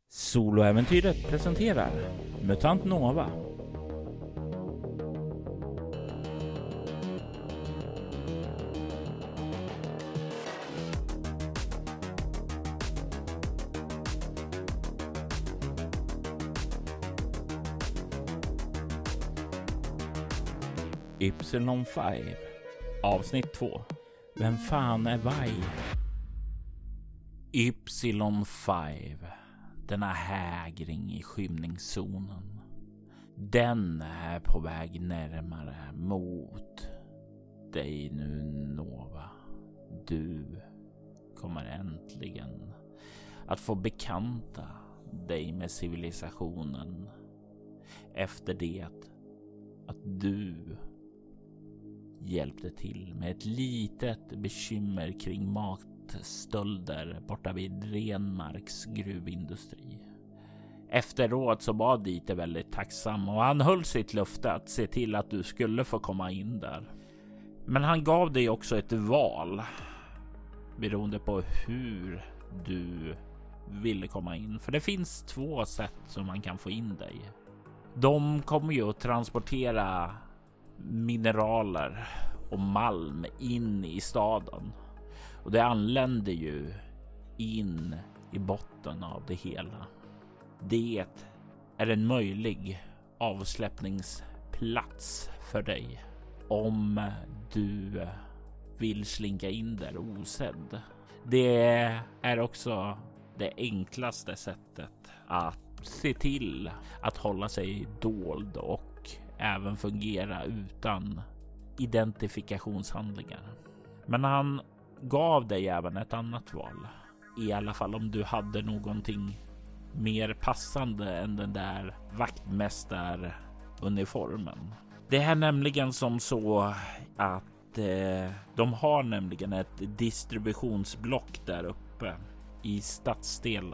Soloäventyret presenterar Mutant Nova. Y5 avsnitt 2. Vem fan är Vai? Y5, denna hägring i skymningszonen. Den är på väg närmare mot dig nu, Nova. Du kommer äntligen att få bekanta dig med civilisationen efter det att du hjälpte till med ett litet bekymmer kring matstölder borta vid Renmarks gruvindustri. Efteråt så var Dieter väldigt tacksam och han höll sitt löfte att se till att du skulle få komma in där. Men han gav dig också ett val beroende på hur du ville komma in. För det finns 2 sätt som man kan få in dig. De kommer ju att transportera mineraler och malm in i staden. Och det anländer ju in i botten av det hela. Det är en möjlig avsläppningsplats för dig om du vill slinka in där osedd. Det är också det enklaste sättet att se till att hålla sig dold och även fungera utan identifikationshandlingar. Men han gav dig även ett annat val. I alla fall om du hade någonting mer passande än den där vaktmästaruniformen. Det är nämligen som så att de har nämligen ett distributionsblock där uppe i stadsdel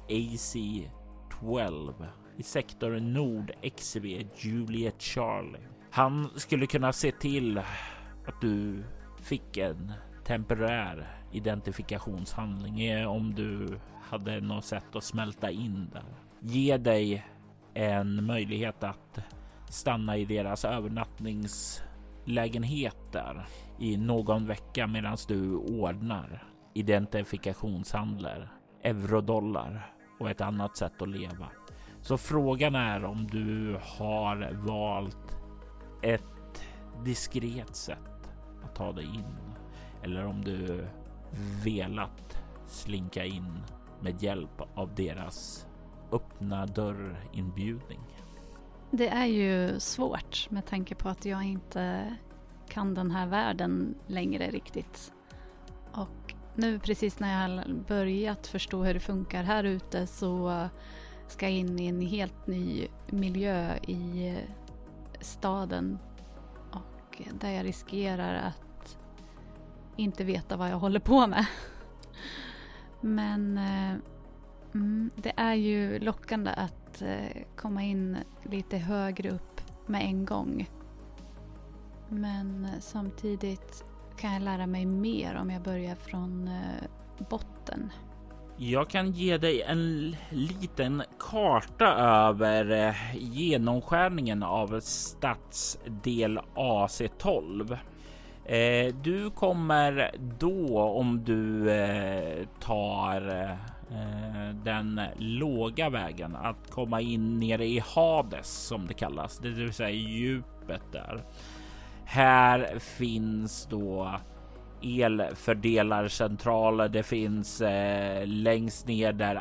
AC12 i sektor Nord XV Juliet Charlie. Han skulle kunna se till att du fick en temporär identifikationshandling om du hade något sätt att smälta in där. Ge dig en möjlighet att stanna i deras övernattningslägenhet där i någon vecka medan du ordnar identifikationshandlar, eurodollar och ett annat sätt att leva. Så frågan är om du har valt ett diskret sätt att ta dig in eller om du velat slinka in med hjälp av deras öppna dörrinbjudning. Det är ju svårt med tanke på att jag inte kan den här världen längre riktigt. Och nu precis när jag har börjat förstå hur det funkar här ute så ska jag in i en helt ny miljö i staden och där jag riskerar att inte veta vad jag håller på med. Men det är ju lockande att komma in lite högre upp med en gång. Men samtidigt kan jag lära mig mer om jag börjar från botten. Jag kan ge dig en liten karta över genomskärningen av stadsdel AC12. Du kommer då, om du tar den låga vägen, att komma in nere i Hades som det kallas, det vill säga djupet där. Här finns då elfördelarcentraler, det finns längst ner där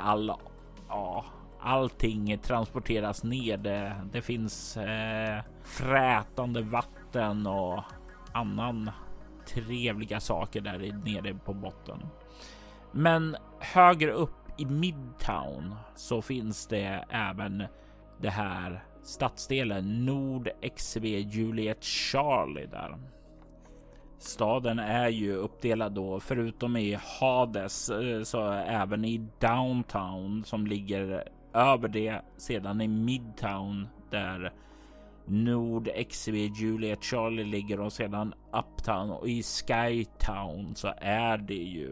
allting transporteras ner. Det finns frätande vatten och annan trevliga saker där nere på botten. Men högre upp i Midtown så finns det även det här stadsdelen Nord XV Juliet Charlie där. Staden är ju uppdelad då, förutom i Hades så även i Downtown som ligger över det, sedan i Midtown där Nord XV Juliet Charlie ligger och sedan Uptown, och i Skytown så är det ju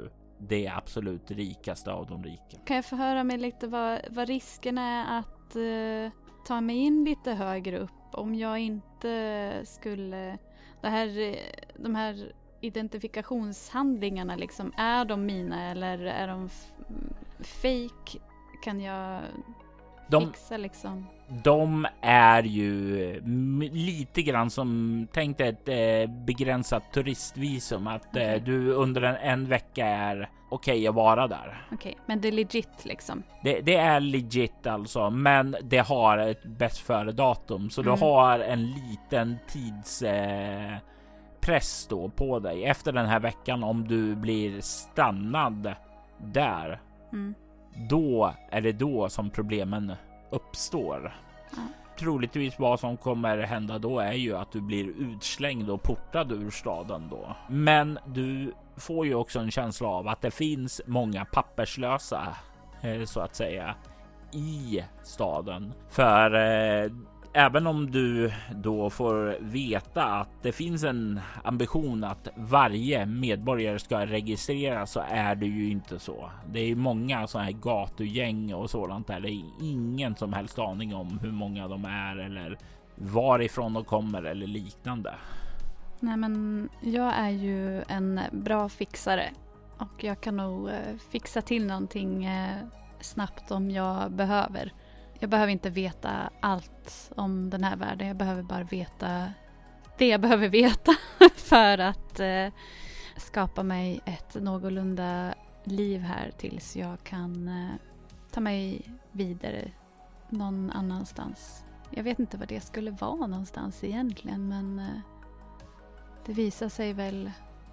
det absolut rikaste av de rika. Kan jag få höra mig lite vad risken är att ta mig in lite högre upp om jag inte skulle... De här identifikationshandlingarna liksom, är de mina eller är de fake? Kan jag fixa liksom? De är ju lite grann som, tänk dig ett begränsat turistvisum. Att du under en vecka är okej att vara där. Okej, men det är legit liksom? Det är legit alltså, men det har ett bäst före datum. Så du har en liten tidspress då på dig. Efter den här veckan, om du blir stannad där, då är det då som problemen uppstår. Troligtvis vad som kommer hända då är ju att du blir utslängd och portad ur staden då. Men du får ju också en känsla av att det finns många papperslösa så att säga i staden. För även om du då får veta att det finns en ambition att varje medborgare ska registreras, så är det ju inte så. Det är många sådana här gatugäng och sådant där. Det är ingen som helst aning om hur många de är eller varifrån de kommer eller liknande. Nej, men jag är ju en bra fixare och jag kan nog fixa till någonting snabbt om jag behöver. Jag behöver inte veta allt om den här världen. Jag behöver bara veta det jag behöver veta för att skapa mig ett någorlunda liv här tills jag kan ta mig vidare någon annanstans. Jag vet inte vad det skulle vara någonstans egentligen, men det visar sig väl...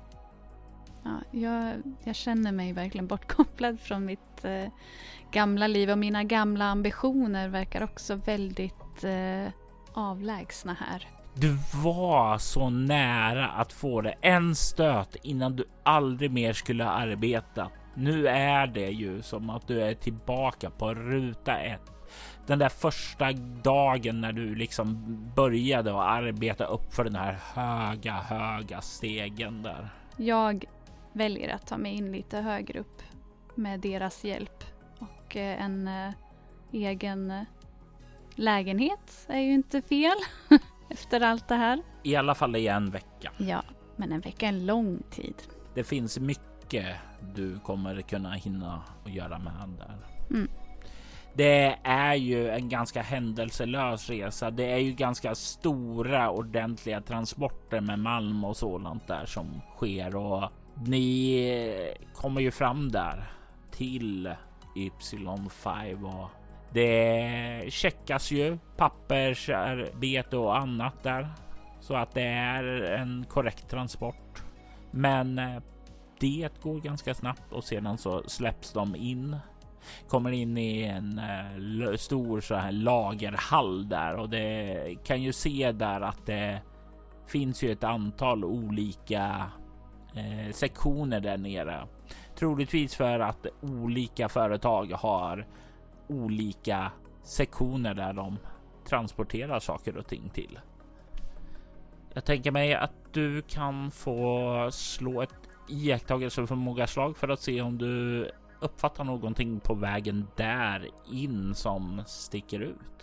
Ja, jag känner mig verkligen bortkopplad från mitt gamla liv, och mina gamla ambitioner verkar också väldigt avlägsna här. Du var så nära att få det en stöt innan du aldrig mer skulle arbeta. Nu är det ju som att du är tillbaka på ruta 1. Den där första dagen när du liksom började att arbeta upp för den här höga stegen där. Jag väljer att ta mig in lite högre upp med deras hjälp, och en egen lägenhet är ju inte fel efter allt det här. I alla fall i en vecka. Ja, men en vecka är en lång tid. Det finns mycket du kommer kunna hinna och göra med han där. Det är ju en ganska händelselös resa. Det är ju ganska stora ordentliga transporter med malm och sådant där som sker, och ni kommer ju fram där till Y5 och det checkas ju pappersarbete och annat där så att det är en korrekt transport. Men det går ganska snabbt och sedan så släpps de in. Kommer in i en stor så här lagerhall där, och det kan ju se där att det finns ju ett antal olika sektioner där nere. Troligtvis för att olika företag har olika sektioner där de transporterar saker och ting till. Jag tänker mig att du kan få slå ett iakttagelseförmågaslag för att se om du uppfattar någonting på vägen där in som sticker ut.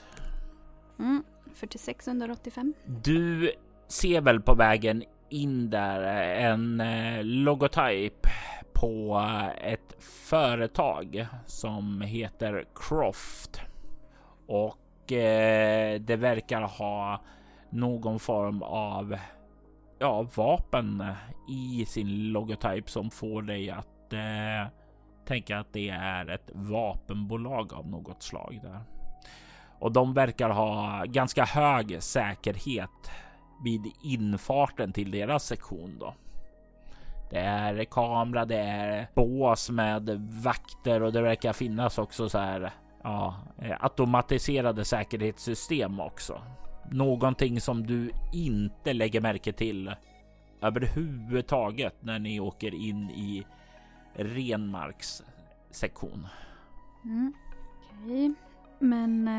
46 under 85. Du ser väl på vägen in där en logotyp på ett företag som heter Croft, och det verkar ha någon form av vapen i sin logotyp som får dig att tänka att det är ett vapenbolag av något slag där. Och de verkar ha ganska hög säkerhet vid infarten till deras sektion då. Det är kamera, det är bås med vakter, och det verkar finnas också så här automatiserade säkerhetssystem också. Någonting som du inte lägger märke till överhuvudtaget när ni åker in i Renmarks sektion. Okej. Men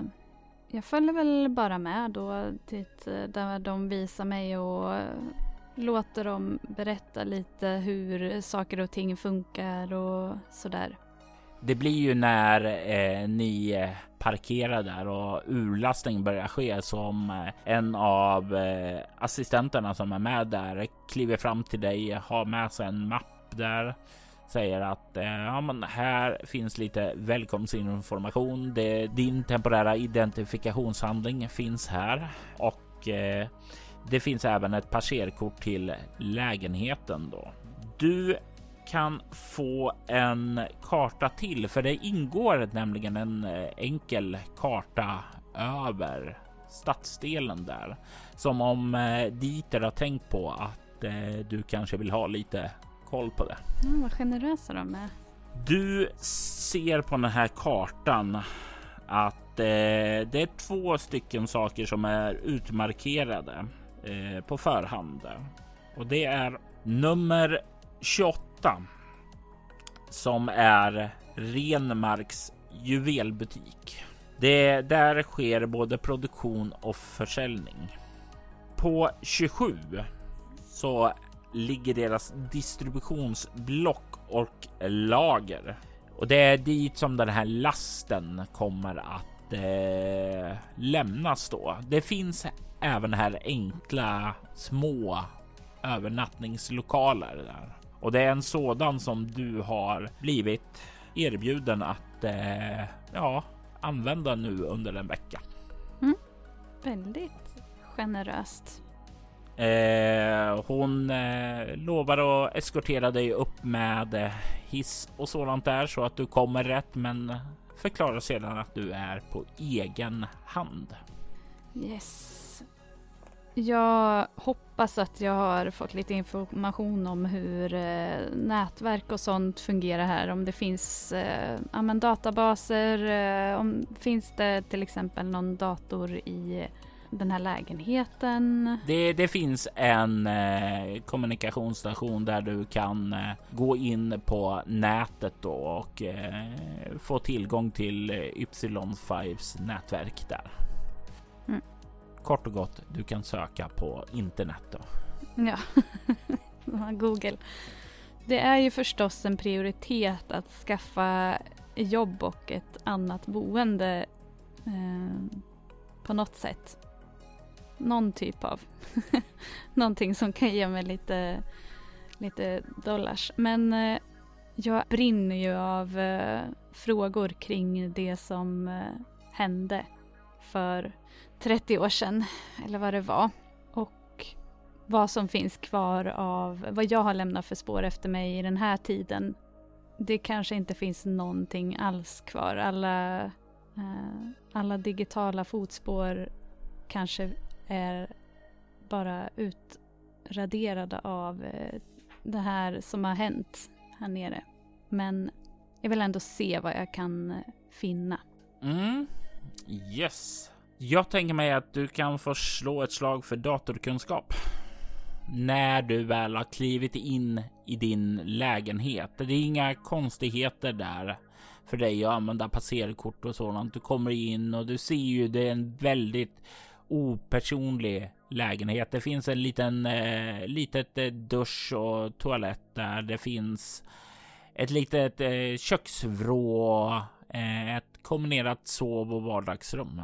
jag följer väl bara med då dit där de visar mig, och låter dem berätta lite hur saker och ting funkar och sådär. Det blir ju när ni parkerar där och urlastning börjar ske som en av assistenterna som är med där kliver fram till dig, har med sig en mapp där, säger att ja, men här finns lite välkomstinformation. Din temporära identifikationshandling finns här och det finns även ett passerkort till lägenheten då. Du kan få en karta till, för det ingår nämligen en enkel karta över stadsdelen där, som om Dieter har tänkt på att du kanske vill ha lite koll på det. Vad generösa de är. Du ser på den här kartan att det är 2 stycken saker som är utmarkerade på förhand där. Och det är nummer 28 som är Renmarks juvelbutik. Där sker både produktion och försäljning. På 27 så ligger deras distributionsblock och lager. Och det är dit som den här lasten kommer att lämnas då. Det finns även här enkla små övernattningslokaler där. Och det är en sådan som du har blivit erbjuden att använda nu under en vecka. Väldigt generöst. Hon lovar att eskortera dig upp med hiss och sådant där så att du kommer rätt, men förklarar sedan att du är på egen hand. Yes. Jag hoppas att jag har fått lite information om hur nätverk och sånt fungerar här. Om det finns databaser, finns det till exempel någon dator i den här lägenheten? Det finns en kommunikationsstation där du kan gå in på nätet då och få tillgång till Y5s nätverk där. Kort och gott, du kan söka på internet då. Ja, Google. Det är ju förstås en prioritet att skaffa jobb och ett annat boende på något sätt. Någon typ av någonting som kan ge mig lite dollars. Men jag brinner ju av frågor kring det som hände för 30 år sedan, eller vad det var. Och vad som finns kvar av vad jag har lämnat för spår efter mig i den här tiden. Det kanske inte finns någonting alls kvar. Alla digitala fotspår kanske är bara utraderade av det här som har hänt här nere. Men jag vill ändå se vad jag kan finna. Yes. Jag tänker mig att du kan få slå ett slag för datorkunskap när du väl har klivit in i din lägenhet. Det är inga konstigheter där för dig att använda passerkort och sådant. Du kommer in och du ser ju det är en väldigt opersonlig lägenhet. Det finns en litet dusch och toalett där. Det finns ett litet köksvrå, ett kombinerat sov- och vardagsrum.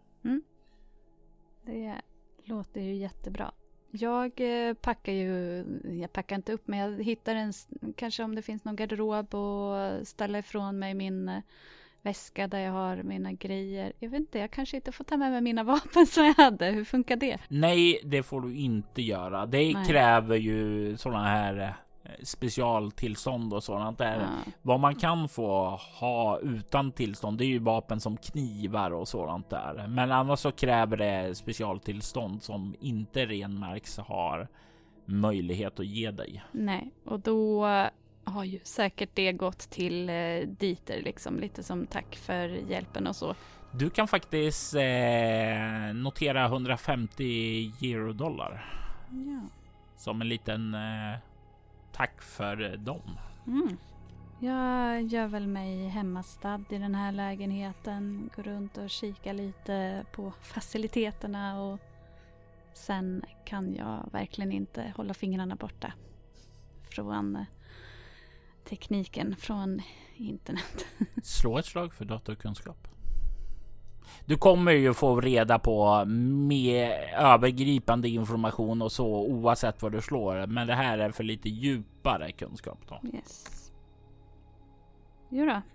Det låter ju jättebra. Jag packar inte upp, men jag hittar kanske om det finns någon garderob och ställer ifrån mig min väska där jag har mina grejer. Jag vet inte, jag kanske inte får ta med mig mina vapen som jag hade. Hur funkar det? Nej, det får du inte göra. Det kräver ju sådana här specialtillstånd och sådant där. Ja. Vad man kan få ha utan tillstånd, det är ju vapen som knivar och sådant där. Men annars så kräver det specialtillstånd som inte Renmarks har möjlighet att ge dig. Nej, och då har ju säkert det gått till Dieter liksom, lite som tack för hjälpen och så. Du kan faktiskt notera 150 eurodollar. Ja. Som en liten tack för dem. Jag gör väl mig hemmastad i den här lägenheten. Går runt och kikar lite på faciliteterna och Sen kan jag verkligen inte hålla fingrarna borta från tekniken, från internet. Slå ett slag för datorkunskap. Du kommer ju få reda på mer övergripande information och så oavsett vad du slår. Men det här är för lite djupare kunskap då. Yes. Jo då.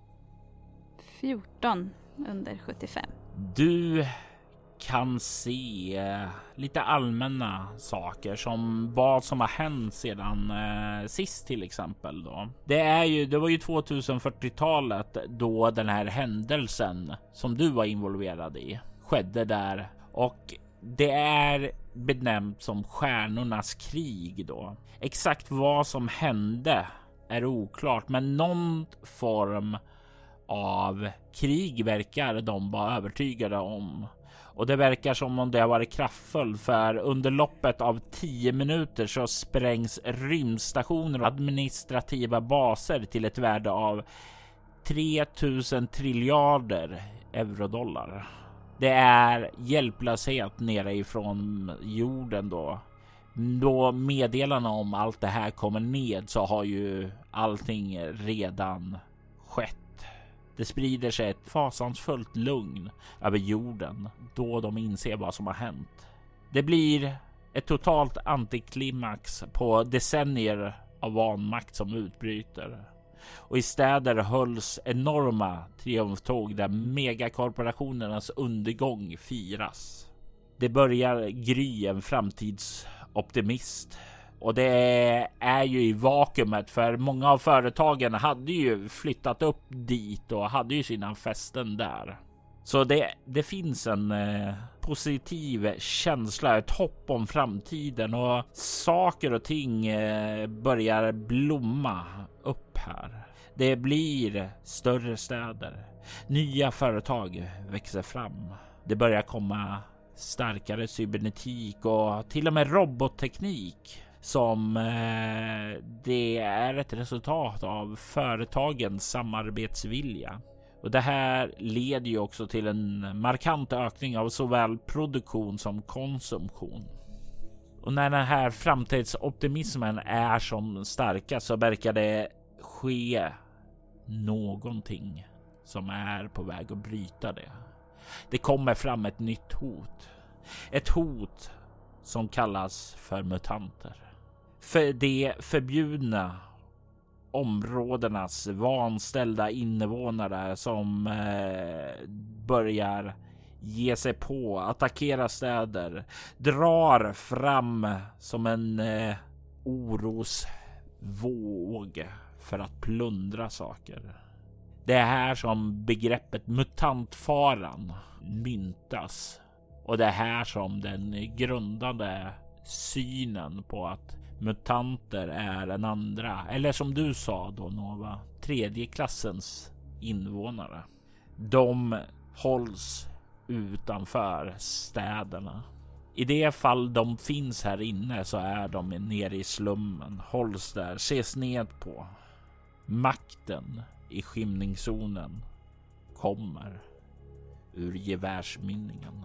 14 under 75. Du kan se lite allmänna saker som vad som har hänt sedan sist till exempel då. Det var ju 2040-talet då den här händelsen som du var involverad i skedde där, och det är benämnt som Stjärnornas krig då. Exakt vad som hände är oklart, men någon form av krig verkar de vara övertygade om. Och det verkar som om det har varit kraftfullt, för under loppet av 10 minuter så sprängs rymdstationer och administrativa baser till ett värde av 3000 triljarder eurodollar. Det är hjälplöshet nere ifrån jorden då. Då meddelarna om allt det här kommer ned så har ju allting redan skett. Det sprider sig ett fasansfullt lugn över jorden då de inser vad som har hänt. Det blir ett totalt antiklimax på decennier av vanmakt som utbryter. Och i städer hölls enorma triumftåg där megakorporationernas undergång firas. Det börjar gry en framtidsoptimist. Och det är ju i vakuumet, för många av företagen hade ju flyttat upp dit och hade ju sina fästen där. Så det finns en positiv känsla, ett hopp om framtiden, och saker och ting börjar blomma upp här. Det blir större städer. Nya företag växer fram. Det börjar komma starkare cybernetik och till och med robotteknik som det är ett resultat av företagens samarbetsvilja. Och det här leder ju också till en markant ökning av såväl produktion som konsumtion. Och när den här framtidsoptimismen är som starkast så verkar det ske någonting som är på väg att bryta det. Det kommer fram ett nytt hot. Ett hot som kallas för mutanter. För de förbjudna områdenas vanställda invånare som börjar ge sig på, attackera städer, drar fram som en orosvåg för att plundra saker. Det är här som begreppet mutantfaran myntas. Och det är här som den grundande synen på att mutanter är en andra, eller som du sa då Nova, tredje klassens invånare. De hålls utanför städerna. I det fall de finns här inne så är de nere i slummen, hålls där, ses ned på. Makten i skymningszonen kommer ur gevärsmynningen.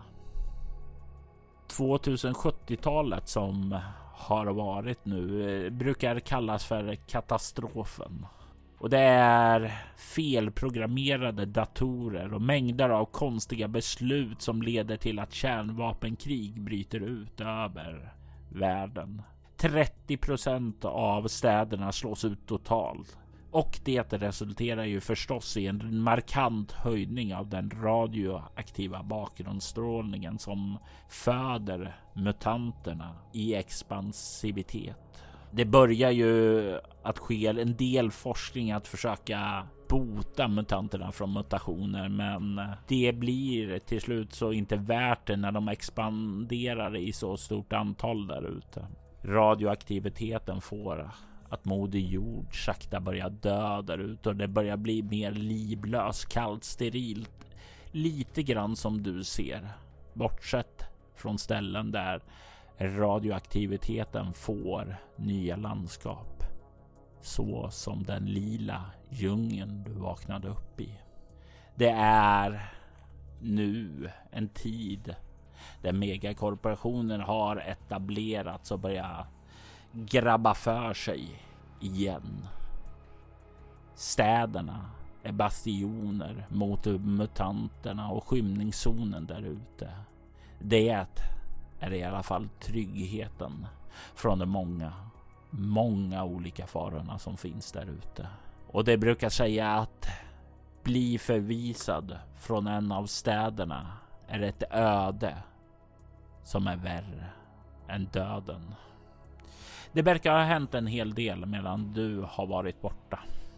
2070-talet som har varit nu brukar kallas för katastrofen. Och det är felprogrammerade datorer och mängder av konstiga beslut som leder till att kärnvapenkrig bryter ut över världen. 30% av städerna slås ut totalt. Och det resulterar ju förstås i en markant höjning av den radioaktiva bakgrundsstrålningen som föder mutanterna i expansivitet. Det börjar ju att ske en del forskning att försöka bota mutanterna från mutationer, men det blir till slut så inte värt det när de expanderar i så stort antal där ute. Radioaktiviteten får att Moder Jord sakta börjar dö där ute och det börjar bli mer livlöst, kallt, sterilt. Lite grann som du ser, bortsett från ställen där radioaktiviteten får nya landskap. Så som den lila djungeln du vaknade upp i. Det är nu en tid där megakorporationer har etablerats och börjat grabba för sig igen. Städerna är bastioner mot mutanterna och skymningszonen där ute. Det är i alla fall tryggheten från de många olika farorna som finns där ute. Och det brukar säga att bli förvisad från en av städerna är ett öde som är värre än döden. Det verkar ha hänt en hel del medan du har varit borta.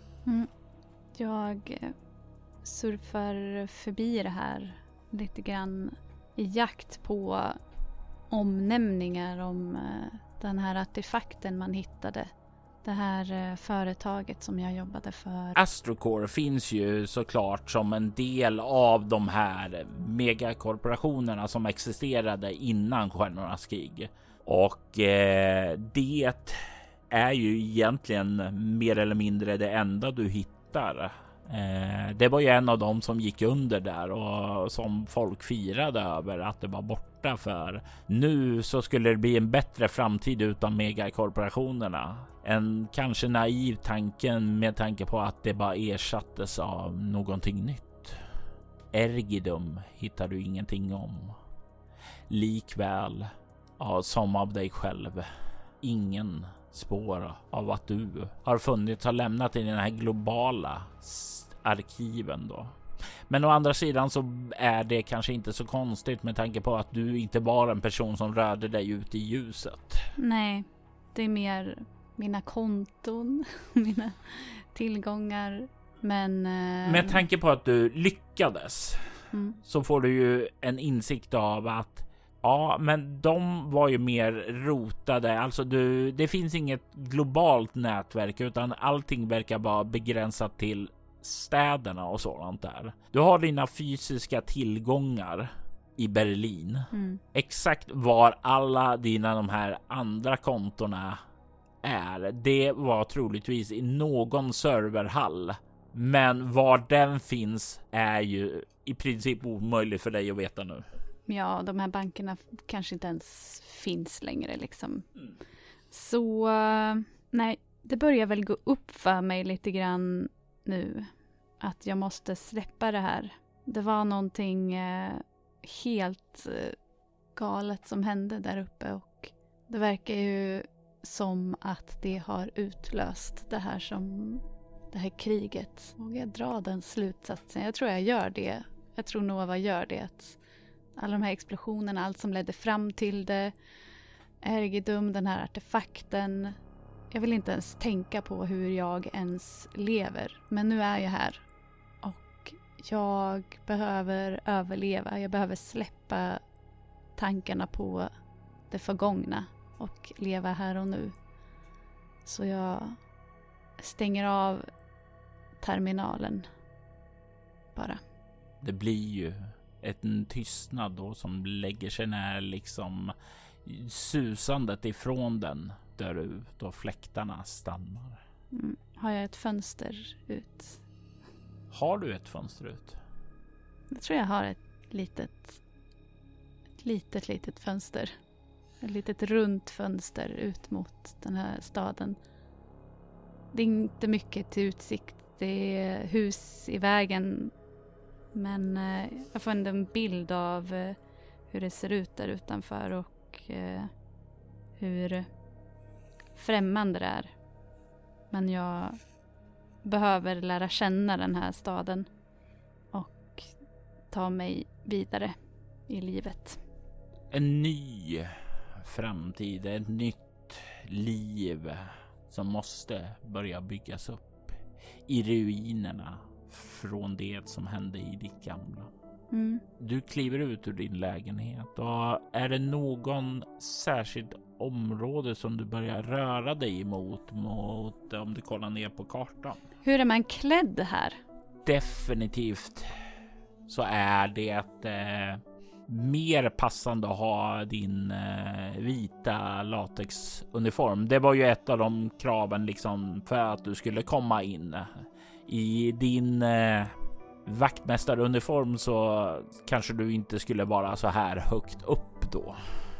Jag surfar förbi det här lite grann i jakt på omnämningar om den här artefakten man hittade. Det här företaget som jag jobbade för. Astrocore finns ju såklart som en del av de här megakorporationerna som existerade innan Stjärnornas krig. Och det är ju egentligen mer eller mindre det enda du hittar. Det var ju en av dem som gick under där och som folk firade över att det var borta, för nu så skulle det bli en bättre framtid utan megakorporationerna. En kanske naiv tanken med tanke på att det bara ersattes av någonting nytt. Ergidum hittar du ingenting om. Likväl som av dig själv. Ingen spår av att du har funnits har lämnat i den här globala arkiven då. Men å andra sidan så är det kanske inte så konstigt med tanke på att du inte var en person som rörde dig ut i ljuset. Nej, det är mer mina konton, mina tillgångar. Men med tanke på att du lyckades så får du ju en insikt av att ja, men de var ju mer rotade. Alltså det finns inget globalt nätverk utan allting verkar vara begränsat till städerna och sådant där. Du har dina fysiska tillgångar i Berlin. Exakt var alla dina de här andra kontorna är, det var troligtvis i någon serverhall. Men var den finns är ju i princip omöjligt för dig att veta nu. Ja, de här bankerna kanske inte ens finns längre liksom. Så nej, det börjar väl gå upp för mig lite grann nu att jag måste släppa det här. Det var någonting helt galet som hände där uppe och det verkar ju som att det har utlöst det här kriget. Vågar jag dra den slutsatsen? Jag tror jag gör det. Jag tror Nova gör det. Att alla de här explosionerna, allt som ledde fram till det, Ergidum, den här artefakten. Jag vill inte ens tänka på hur jag ens lever. Men nu är jag här. Och jag behöver överleva. Jag behöver släppa tankarna på det förgångna. Och leva här och nu. Så jag stänger av terminalen. Bara. Det blir ju en tystnad då som lägger sig när liksom susandet ifrån den dör ut och fläktarna stannar. Har jag ett fönster ut? Har du ett fönster ut? Jag tror jag har ett litet fönster. Ett litet runt fönster ut mot den här staden. Det är inte mycket till utsikt. Det är hus i vägen. Men jag får ändå en bild av hur det ser ut där utanför och hur främmande det är. Men jag behöver lära känna den här staden och ta mig vidare i livet. En ny framtid, ett nytt liv som måste börja byggas upp i ruinerna från det som hände i ditt gamla. Du kliver ut ur din lägenhet och är det någon särskilt område som du börjar röra dig emot om du kollar ner på kartan? Hur är man klädd här? Definitivt så är det mer passande att ha din vita latexuniform. Det var ju ett av de kraven liksom för att du skulle komma in. I din vaktmästaruniform så kanske du inte skulle vara så här högt upp då.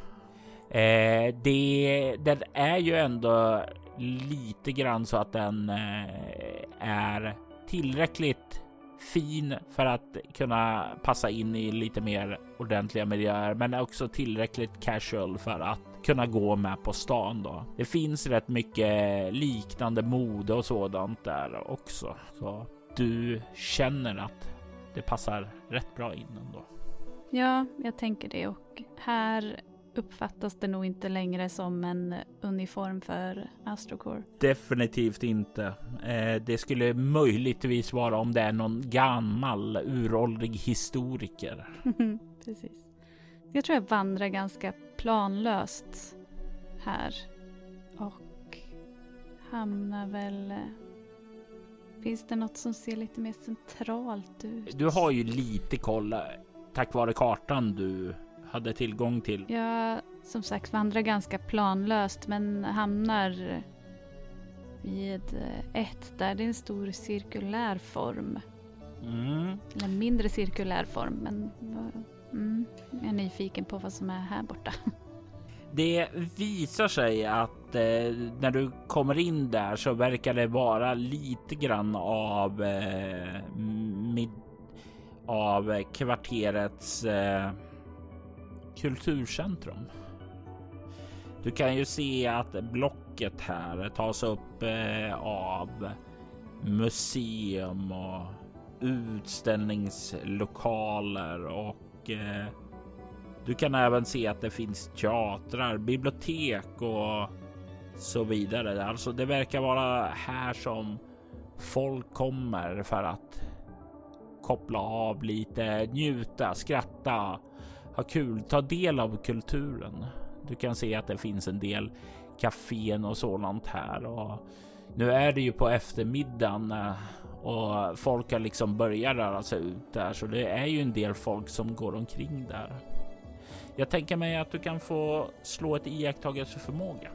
Den är ju ändå lite grann så att den är tillräckligt fin för att kunna passa in i lite mer ordentliga miljöer, men också tillräckligt casual för att kunna gå med på stan då. Det finns rätt mycket liknande mode och sådant där också. Så du känner att det passar rätt bra in ändå. Ja, jag tänker det, och här uppfattas det nog inte längre som en uniform för Astrocore. Definitivt inte. Det skulle möjligtvis vara om det är någon gammal uråldrig historiker. Precis. Jag tror jag vandrar ganska planlöst här och hamnar väl... Finns det något som ser lite mer centralt ut? Du har ju lite koll tack vare kartan du hade tillgång till. Jag som sagt vandrar ganska planlöst, men hamnar vid ett där det är en stor cirkulär form. Eller en mindre cirkulär form, men jag är nyfiken på vad som är här borta. Det visar sig att när du kommer in där så verkar det vara lite grann av kvarterets kulturcentrum. Du kan ju se att blocket här tas upp av museum och utställningslokaler och du kan även se att det finns teatrar, bibliotek och så vidare. Alltså det verkar vara här som folk kommer för att koppla av lite, njuta, skratta, ha kul, ta del av kulturen. Du kan se att det finns en del kafén och sådant här, och nu är det ju på eftermiddagen och folk har liksom börjat röra sig ut där, så det är ju en del folk som går omkring där. Jag tänker mig att du kan få slå ett iakttagelseförmåga.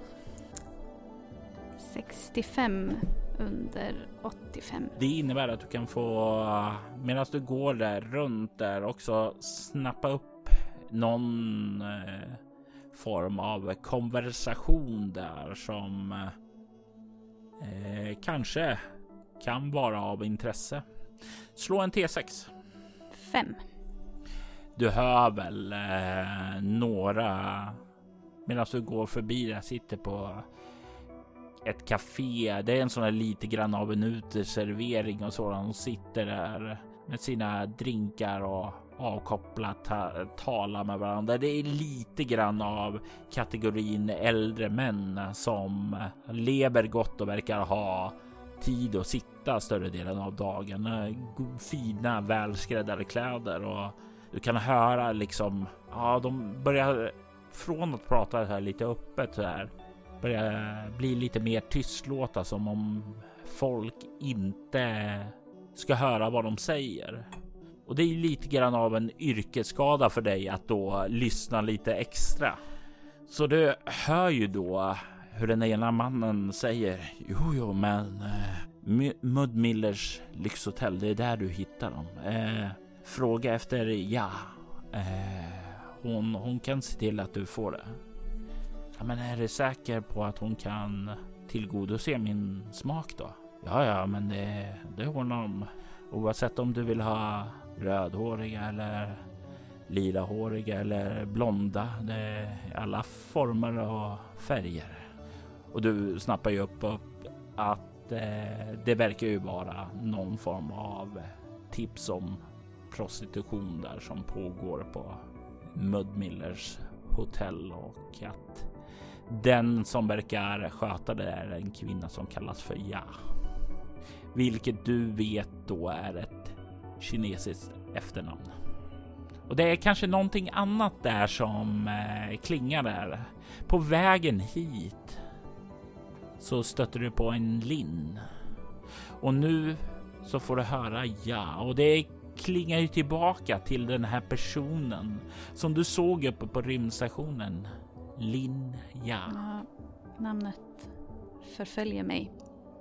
65 under 85. Det innebär att du kan få, medan du går där runt där, också snappa upp någon form av konversation där som kanske kan vara av intresse. Slå en T6. 5. Du hör väl några medan du går förbi där, sitter på ett café. Det är en sån här lite grann av en uteservering och sådant. Och sitter där med sina drinkar och avkopplat talar med varandra. Det är lite grann av kategorin äldre män som lever gott och verkar ha tid att sitta större delen av dagen. Fina, välskräddade kläder, och du kan höra liksom, ja, de börjar från att prata här lite öppet så här, börjar bli lite mer tystlåta, som om folk inte ska höra vad de säger. Och det är lite grann av en yrkesskada för dig att då lyssna lite extra. Så du hör ju då hur den ena mannen säger, jo men Mudmillers lyxhotell, det är där du hittar dem. Fråga efter hon kan se till att du får det. Ja, men är du säker på att hon kan tillgodose min smak då? Ja, men det ordnar de. Oavsett om du vill ha rödhåriga eller lilahåriga eller blonda. Det är alla former och färger. Och du snappar ju upp att det verkar ju vara någon form av tips om prostitution där som pågår på Mudmillers hotell, och att den som verkar sköta det är en kvinna som kallas för Ja. Vilket du vet då är ett kinesiskt efternamn. Och det är kanske någonting annat där som klingar där. På vägen hit så stöter du på en Lin. Och nu så får du höra Ja. Och det klingar ju tillbaka till den här personen som du såg uppe på rymdstationen. Lin Ja. Ja, namnet förföljer mig.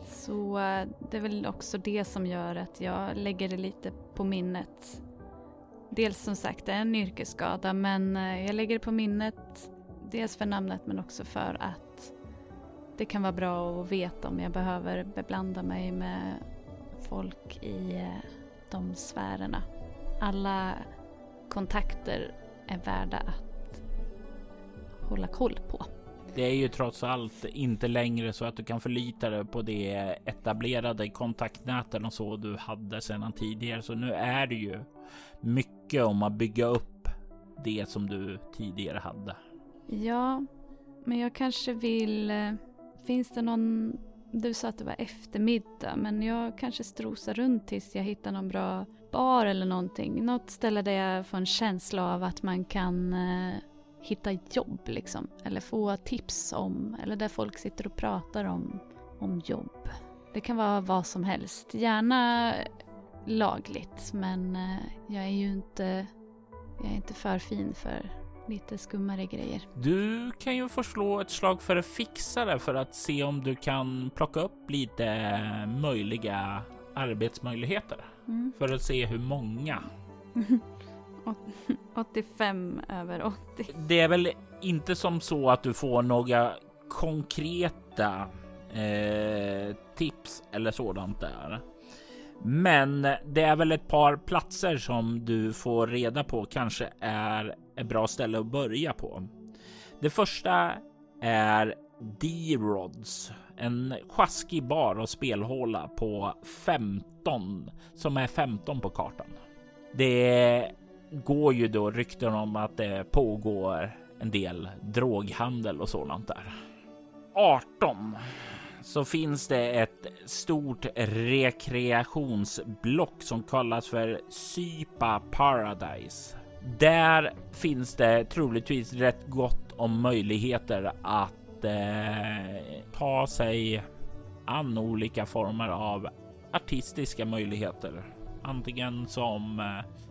Så det är väl också det som gör att jag lägger det lite på minnet. Dels som sagt, det är en yrkesskada, men jag lägger det på minnet dels för namnet men också för att det kan vara bra att veta om jag behöver beblanda mig med folk i de sfärerna. Alla kontakter är värda att hålla koll på. Det är ju trots allt inte längre så att du kan förlita dig på det etablerade kontaktnäten och så du hade sedan tidigare. Så nu är det ju mycket om att bygga upp det som du tidigare hade. Ja, men jag kanske vill... Finns det någon... Du sa att det var eftermiddag, men jag kanske strosar runt tills jag hittar någon bra bar eller någonting. Något ställe där jag får en känsla av att man kan hitta jobb liksom. Eller få tips om, eller där folk sitter och pratar om jobb. Det kan vara vad som helst. Gärna lagligt, men jag är inte för fin för lite skummare grejer. Du kan ju få slå ett slag för att fixa det för att se om du kan plocka upp lite möjliga arbetsmöjligheter. För att se hur många. 85 över 80. Det är väl inte som så att du får några konkreta tips eller sådant där. Men det är väl ett par platser som du får reda på kanske är ett bra ställe att börja på. Det första är D-Rods, en sjaskig bar och spelhåla på 15 som är 15 på kartan. Det går ju då rykten om att det pågår en del droghandel och sådant där. 18 så finns det ett stort rekreationsblock som kallas för Sypa Paradise. Där finns det troligtvis rätt gott om möjligheter att ta sig an olika former av artistiska möjligheter. Antingen som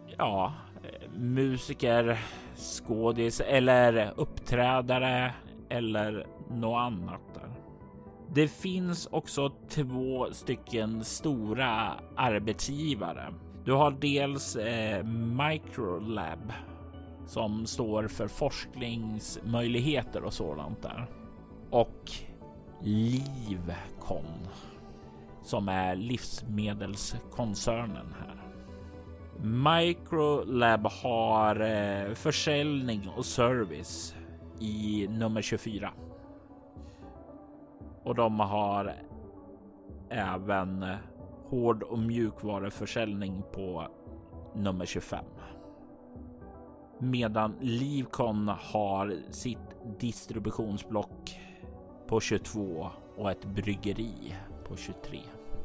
musiker, skådis eller uppträdare eller något annat där. Det finns också 2 stycken stora arbetsgivare. Du har dels Microlab som står för forskningsmöjligheter och sådant där. Och Livcon som är livsmedelskoncernen här. Microlab har försäljning och service i nummer 24. Och de har även hård- och mjukvaruförsäljning på nummer 25. Medan Livcon har sitt distributionsblock på 22 och ett bryggeri på 23.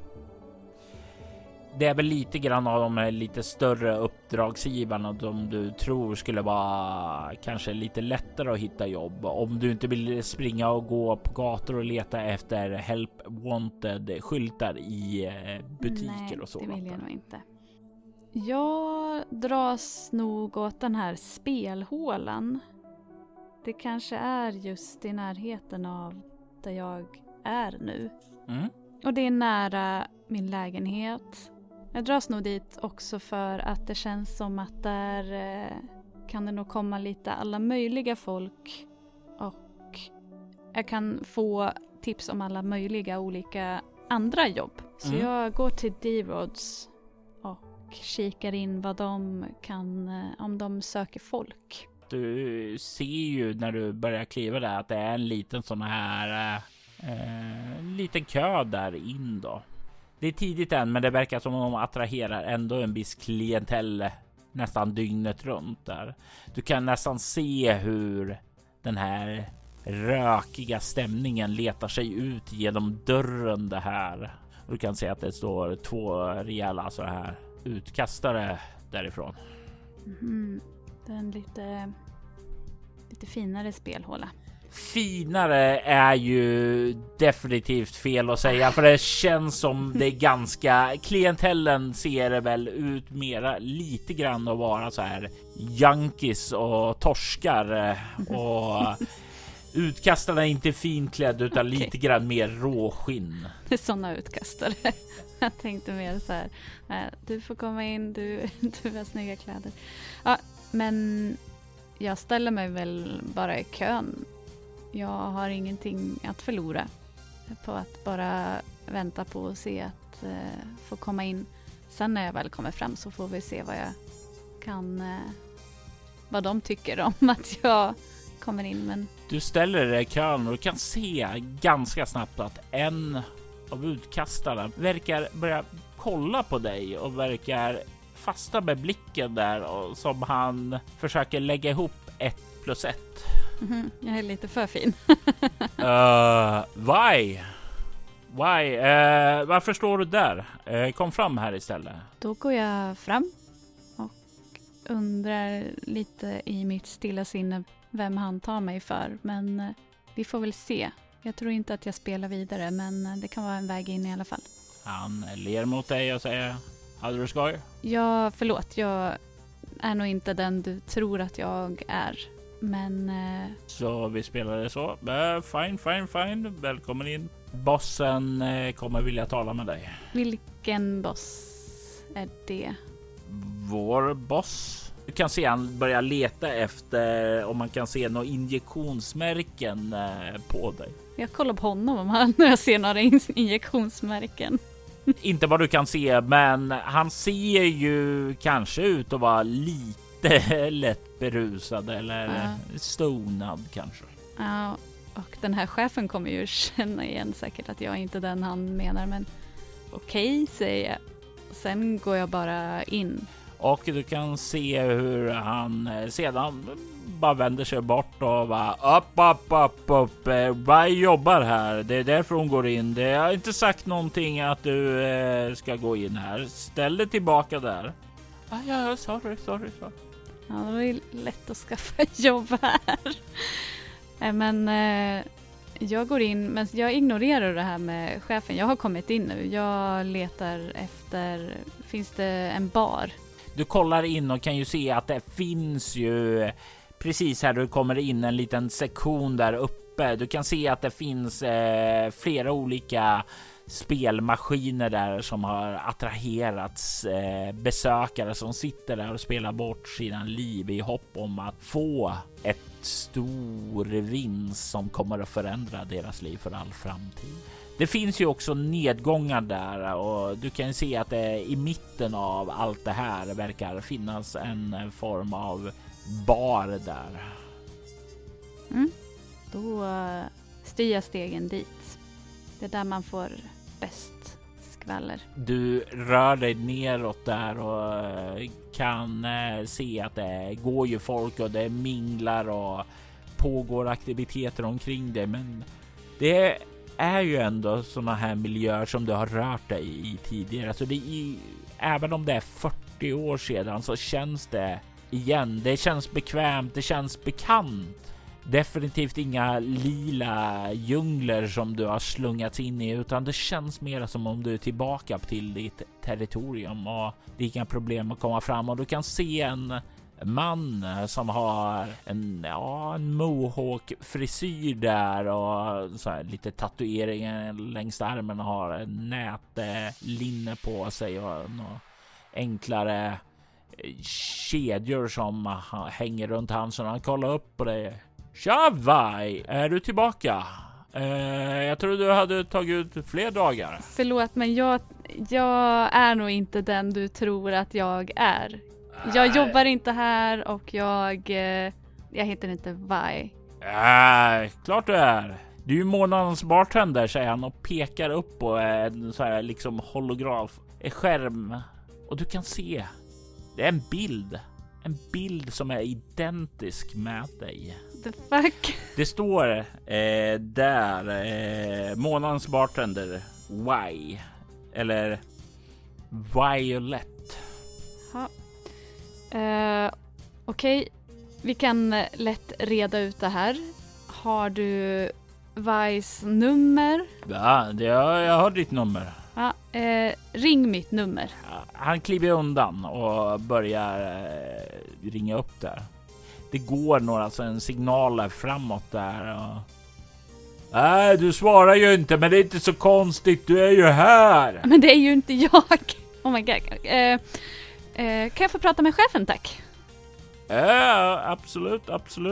Det är väl lite grann av de lite större uppdragsgivarna som du tror skulle vara kanske lite lättare att hitta jobb. Om du inte vill springa och gå på gator och leta efter help wanted skyltar i butiker och så. Nej, det vill jag nog inte. Jag dras nog åt den här spelhålan. Det kanske är just i närheten av där jag är nu. Och det är nära min lägenhet. Jag dras nog dit också för att det känns som att där kan det nog komma lite alla möjliga folk. Och jag kan få tips om alla möjliga olika andra jobb. Så jag går till D-Rods och kikar in vad de kan, om de söker folk. Du ser ju när du börjar kliva där att det är en liten sån här liten kö där in då. Det är tidigt än, men det verkar som om de attraherar ändå en viss klientell nästan dygnet runt där. Du kan nästan se hur den här rökiga stämningen letar sig ut genom dörren det här. Och du kan se att det står 2 rejäla så här utkastare därifrån. Det är en lite finare spelhåla. Finare är ju definitivt fel att säga, för det känns som det är ganska, klientellen ser det väl ut mera lite grann att vara så här junkies och torskar och Utkastarna är inte finklädd utan Okej. lite grann mer råskinn. Det är sådana utkastare. Jag tänkte mer så här, du får komma in, du har snygga kläder. Ja, men jag ställer mig väl bara i kön. Jag har ingenting att förlora på att bara vänta på och se att få komma in. Sen när jag väl kommer fram så får vi se vad jag kan, vad de tycker om att jag kommer in. Men Du ställer dig i kön och du kan se ganska snabbt att en av utkastarna verkar börja kolla på dig och verkar fasta med blicken där och som han försöker lägga ihop 1 + 1. Jag är lite för fin. Why? Varför står du där? Kom fram här istället. Då går jag fram och undrar lite i mitt stilla sinne vem han tar mig för. Men vi får väl se. Jag tror inte att jag spelar vidare, men det kan vara en väg in i alla fall. Han ler mot dig och säger: hade du skoj? Ja, förlåt. Jag är nog inte den du tror att jag är. Men Så vi spelade så. Fine. Välkommen in. Bossen kommer vilja tala med dig. vilken boss är det? Vår boss. Du kan se han börjar leta efter om man kan se några injektionsmärken på dig. Jag kollar på honom om jag ser några injektionsmärken. Inte vad du kan se, men han ser ju kanske ut att vara lite lätt berusad eller stonad kanske. Ja, och den här chefen kommer ju känna igen säkert att jag är inte den han menar, men okej, säger jag. Sen går jag bara in. Och du kan se hur han sedan bara vänder sig bort och bara upp. Vad jobbar här? Det är därför hon går in. Det har inte sagt någonting att du ska gå in här. Ställ dig tillbaka där. Ja, sorry. Ja, det var ju lätt att skaffa jobb här. Men jag går in, men jag ignorerar det här med chefen. Jag har kommit in nu. Jag letar efter, finns det en bar? Du kollar in och kan ju se att det finns ju precis här du kommer in en liten sektion där uppe. Du kan se att det finns flera olika spelmaskiner där som har attraherats besökare som sitter där och spelar bort sina liv i hopp om att få ett stor vinst som kommer att förändra deras liv för all framtid. Det finns ju också nedgångar där och du kan se att det i mitten av allt det här verkar finnas en form av bar där. Då styr jag stegen dit. Det är där man får bäst skvaller. Du rör dig neråt där och kan se att det går ju folk och det minglar och pågår aktiviteter omkring det, men det är ju ändå såna här miljöer som du har rört dig i tidigare. Så även om det är 40 år sedan så känns det igen. Det känns bekvämt, det känns bekant. Definitivt inga lila djungler som du har slungats in i, utan det känns mer som om du är tillbaka till ditt territorium och det är inga problem att komma fram. Och du kan se en man som har en mohawk-frisyr där och så här, lite tatueringar längs armen och har en nätlinne på sig och några enklare kedjor som hänger runt halsen. Han kollar upp på dig. Tja, Vai! Är du tillbaka? Jag tror du hade tagit ut fler dagar. Förlåt, men jag är nog inte den du tror att jag är. Jag jobbar inte här och jag heter inte Vai. Klart du är. Du är ju månadens bartender, säger han och pekar upp på en så här liksom holograf, en skärm. Och du kan se, det är en bild. En bild som är identisk med dig. The fuck? Det står där månadens bartender Y eller Violet. Ja. Okej, vi kan lätt reda ut det här. Har du Vais nummer? Ja, jag har ditt nummer. Ja, ring mitt nummer. Han kliver undan och börjar ringa upp där. Det går några signaler framåt där. Och... Nej, du svarar ju inte, men det är inte så konstigt. Du är ju här. Men det är ju inte jag. Oh my god. Kan jag få prata med chefen, tack? Absolut.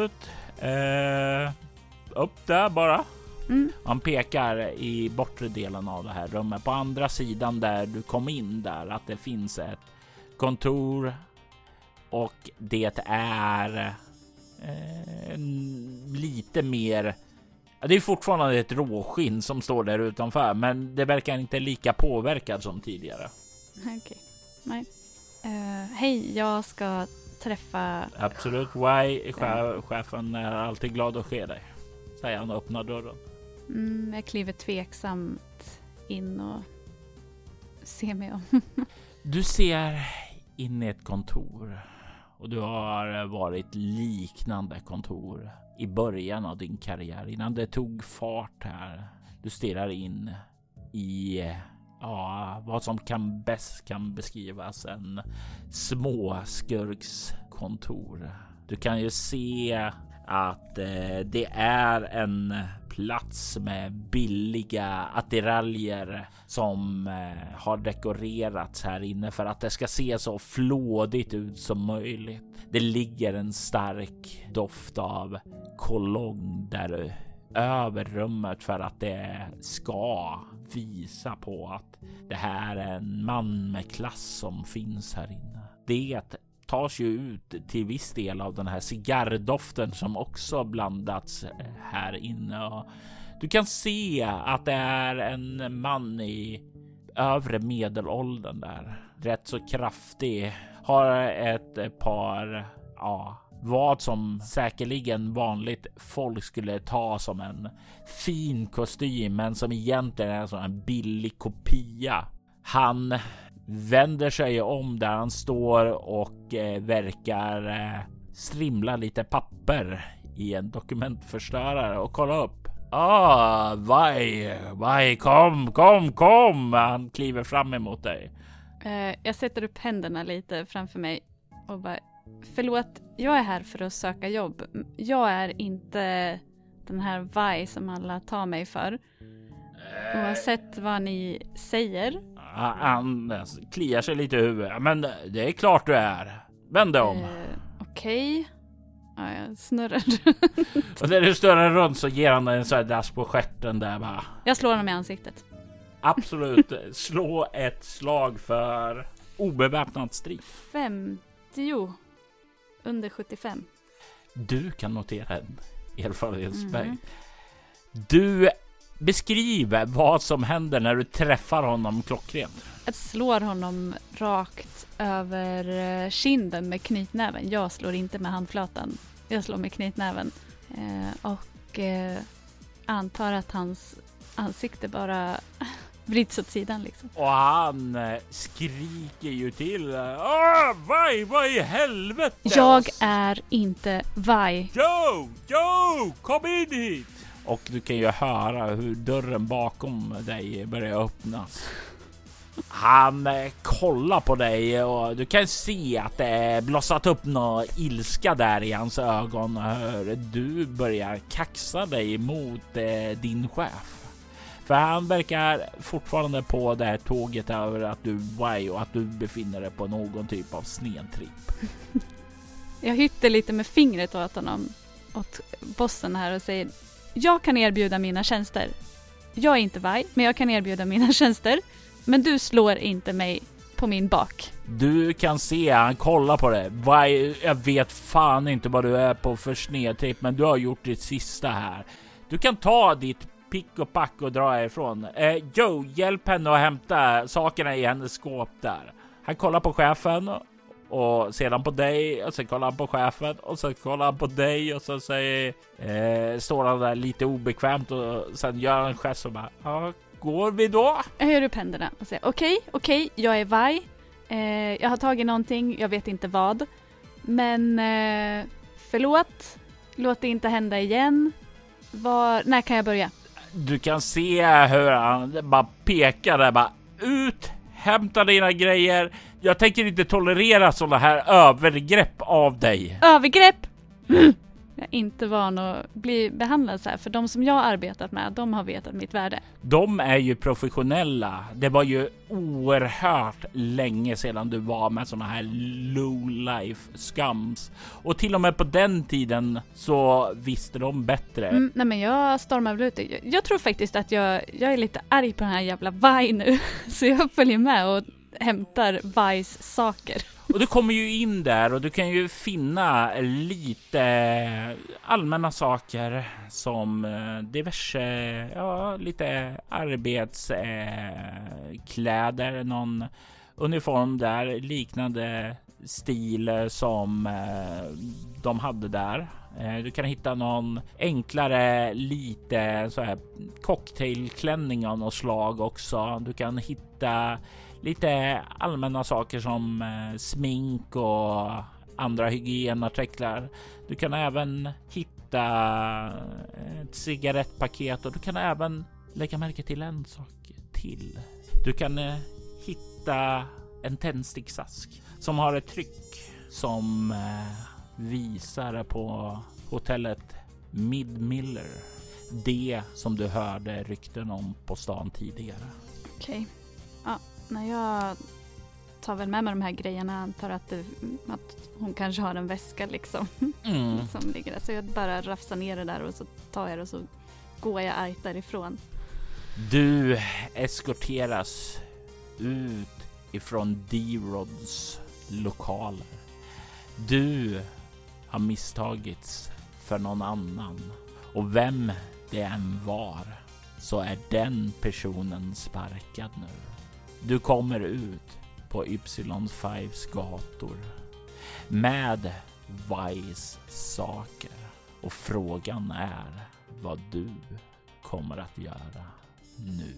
Upp där bara. Han pekar i bortre delen av det här rummet. På andra sidan där du kom in där, att det finns ett kontor. Och det är lite mer... Det är fortfarande ett råskinn som står där utanför, men det verkar inte lika påverkad som tidigare. Okej. Nej. Hej, jag ska träffa... Absolut. Chefen är alltid glad att se dig, säger han och öppnar dörren. Jag kliver tveksamt in och ser mig om. Du ser in i ett kontor. Och du har varit liknande kontor i början av din karriär, innan det tog fart här. Du stirrar in i vad som bäst kan beskrivas en småskurkskontor. Du kan ju se att det är en plats med billiga attiraljer som har dekorerats här inne för att det ska se så flådigt ut som möjligt. Det ligger en stark doft av cologne där över rummet för att det ska visa på att det här är en man med klass som finns här inne. Det tas ju ut till viss del av den här cigarrdoften som också blandats här inne. Och du kan se att det är en man i övre medelåldern där. Rätt så kraftig. Har ett par, vad som säkerligen vanligt folk skulle ta som en fin kostym, men som egentligen är en sån här billig kopia. Han vänder sig om där han står och verkar strimla lite papper i en dokumentförstörare och kolla upp. Vai, kom. Han kliver fram emot dig. Jag sätter upp händerna lite framför mig och bara, förlåt, jag är här för att söka jobb. Jag är inte den här Vai som alla tar mig för. Oavsett vad ni säger. Han kliar sig lite i huvudet. Men det är klart du är. Vänd dig om. Okej. Ja, jag snurrar. Och när du snurrar runt så ger han en sån här dass på stjärten där bara. Jag slår honom i ansiktet. Absolut. Slå ett slag för obeväpnad strid. 50. Under 75. Du kan notera en erfarenhetsberg. Du beskriver vad som händer när du träffar honom klockrent. Jag slår honom rakt över kinden med knytnäven. Jag slår inte med handflatan. Jag slår med knytnäven. Och antar att hans ansikte bara vrids åt sidan liksom. Och han skriker ju till. Vad i helvete? Jag är inte Vai. Joe, kom in hit! Och du kan ju höra hur dörren bakom dig börjar öppnas. Han kollar på dig och du kan se att det blossat upp någon ilska där i hans ögon. Du börjar kaxa dig mot din chef. För han verkar fortfarande på det här tåget över att du är och att du befinner dig på någon typ av snedtripp. Jag hytter lite med fingret åt honom, åt bossen här och säger: jag kan erbjuda mina tjänster. Jag är inte Vai, men jag kan erbjuda mina tjänster. Men du slår inte mig på min bak. Du kan se, han kollar på det. Vai, jag vet fan inte vad du är på för snedtripp, men du har gjort ditt sista här. Du kan ta ditt pick och pack och dra ifrån. Joe, hjälp henne att hämta sakerna i hennes skåp där. Han kollar på chefen och sedan på dig och sen kollar han på chefen och sen kollar han på dig och så säger står han där lite obekvämt och sen gör han en gest och bara, går vi då? Jag höjer upp händerna och säger okej, jag är Vai. Jag har tagit någonting, jag vet inte vad. Men förlåt, låt det inte hända igen. När kan jag börja? Du kan se hur han bara pekar där, bara ut, hämta dina grejer. Jag tänker inte tolerera sådana här övergrepp av dig. Övergrepp? Jag är inte van att bli behandlad så här. För de som jag har arbetat med, de har vetat mitt värde. De är ju professionella. Det var ju oerhört länge sedan du var med såna här low life scums. Och till och med på den tiden så visste de bättre. Nej, men jag stormar väl ut. Jag tror faktiskt att jag är lite arg på den här jävla Vi nu. Så jag följer med och hämtar Vis saker. Och du kommer ju in där och du kan ju finna lite allmänna saker som diverse, lite arbetskläder, någon uniform där, liknande stil som de hade där. Du kan hitta någon enklare, lite så här cocktailklänning av något slag också. Du kan hitta lite allmänna saker som smink och andra hygienartiklar. Du kan även hitta ett cigarettpaket och du kan även lägga märke till en sak till. Du kan hitta en tändsticksask som har ett tryck som visar på hotellet Midmiller. Det som du hörde rykten om på stan tidigare. Okej. Ja, när jag tar väl med mig de här grejerna, antar att hon kanske har en väska liksom som ligger där. Så jag bara rafsar ner det där och så tar jag det och så går jag argt därifrån. Du eskorteras ut ifrån D-Rods lokaler. Du har misstagits för någon annan. Och vem det än var så är den personen sparkad nu. Du kommer ut på Y5s gator med Vys saker. Och frågan är vad du kommer att göra nu.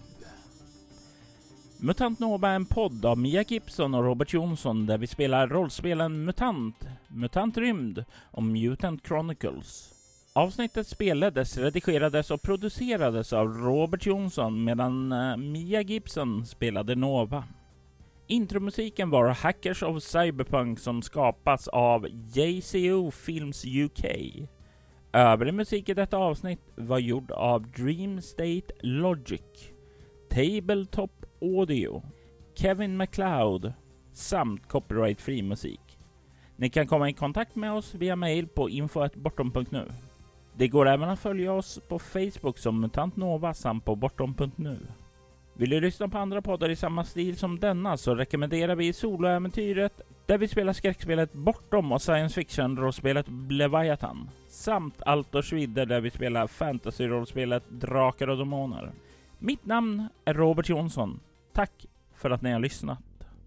Mutant Nova är en podd av Mia Gibson och Robert Jonsson där vi spelar rollspelen Mutant Rymd och Mutant Chronicles. Avsnittet spelades, redigerades och producerades av Robert Jonsson medan Mia Gibson spelade Nova. Intromusiken var Hackers of Cyberpunk som skapats av JCO Films UK. Övrig musik i detta avsnitt var gjord av Dream State Logic, Tabletop Audio, Kevin MacLeod samt copyright-fri musik. Ni kan komma i kontakt med oss via mail på info@bortom.nu. Det går även att följa oss på Facebook som Mutant Nova samt på bortom.nu. Vill du lyssna på andra poddar i samma stil som denna så rekommenderar vi Soloäventyret där vi spelar skräckspelet Bortom och science fiction-rollspelet Leviathan samt Altors vidder där vi spelar fantasy-rollspelet Drakar och Demoner. Mitt namn är Robert Jonsson. Tack för att ni har lyssnat.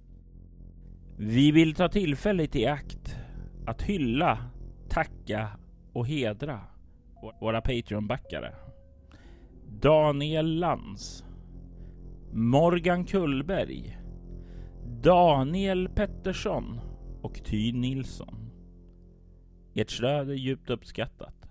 Vi vill ta tillfället i akt att hylla, tacka och hedra våra Patreon-backare. Daniel Lantz, Morgan Kullberg, Daniel Pettersson och Ty Nilsson. Ert stöd är djupt uppskattat.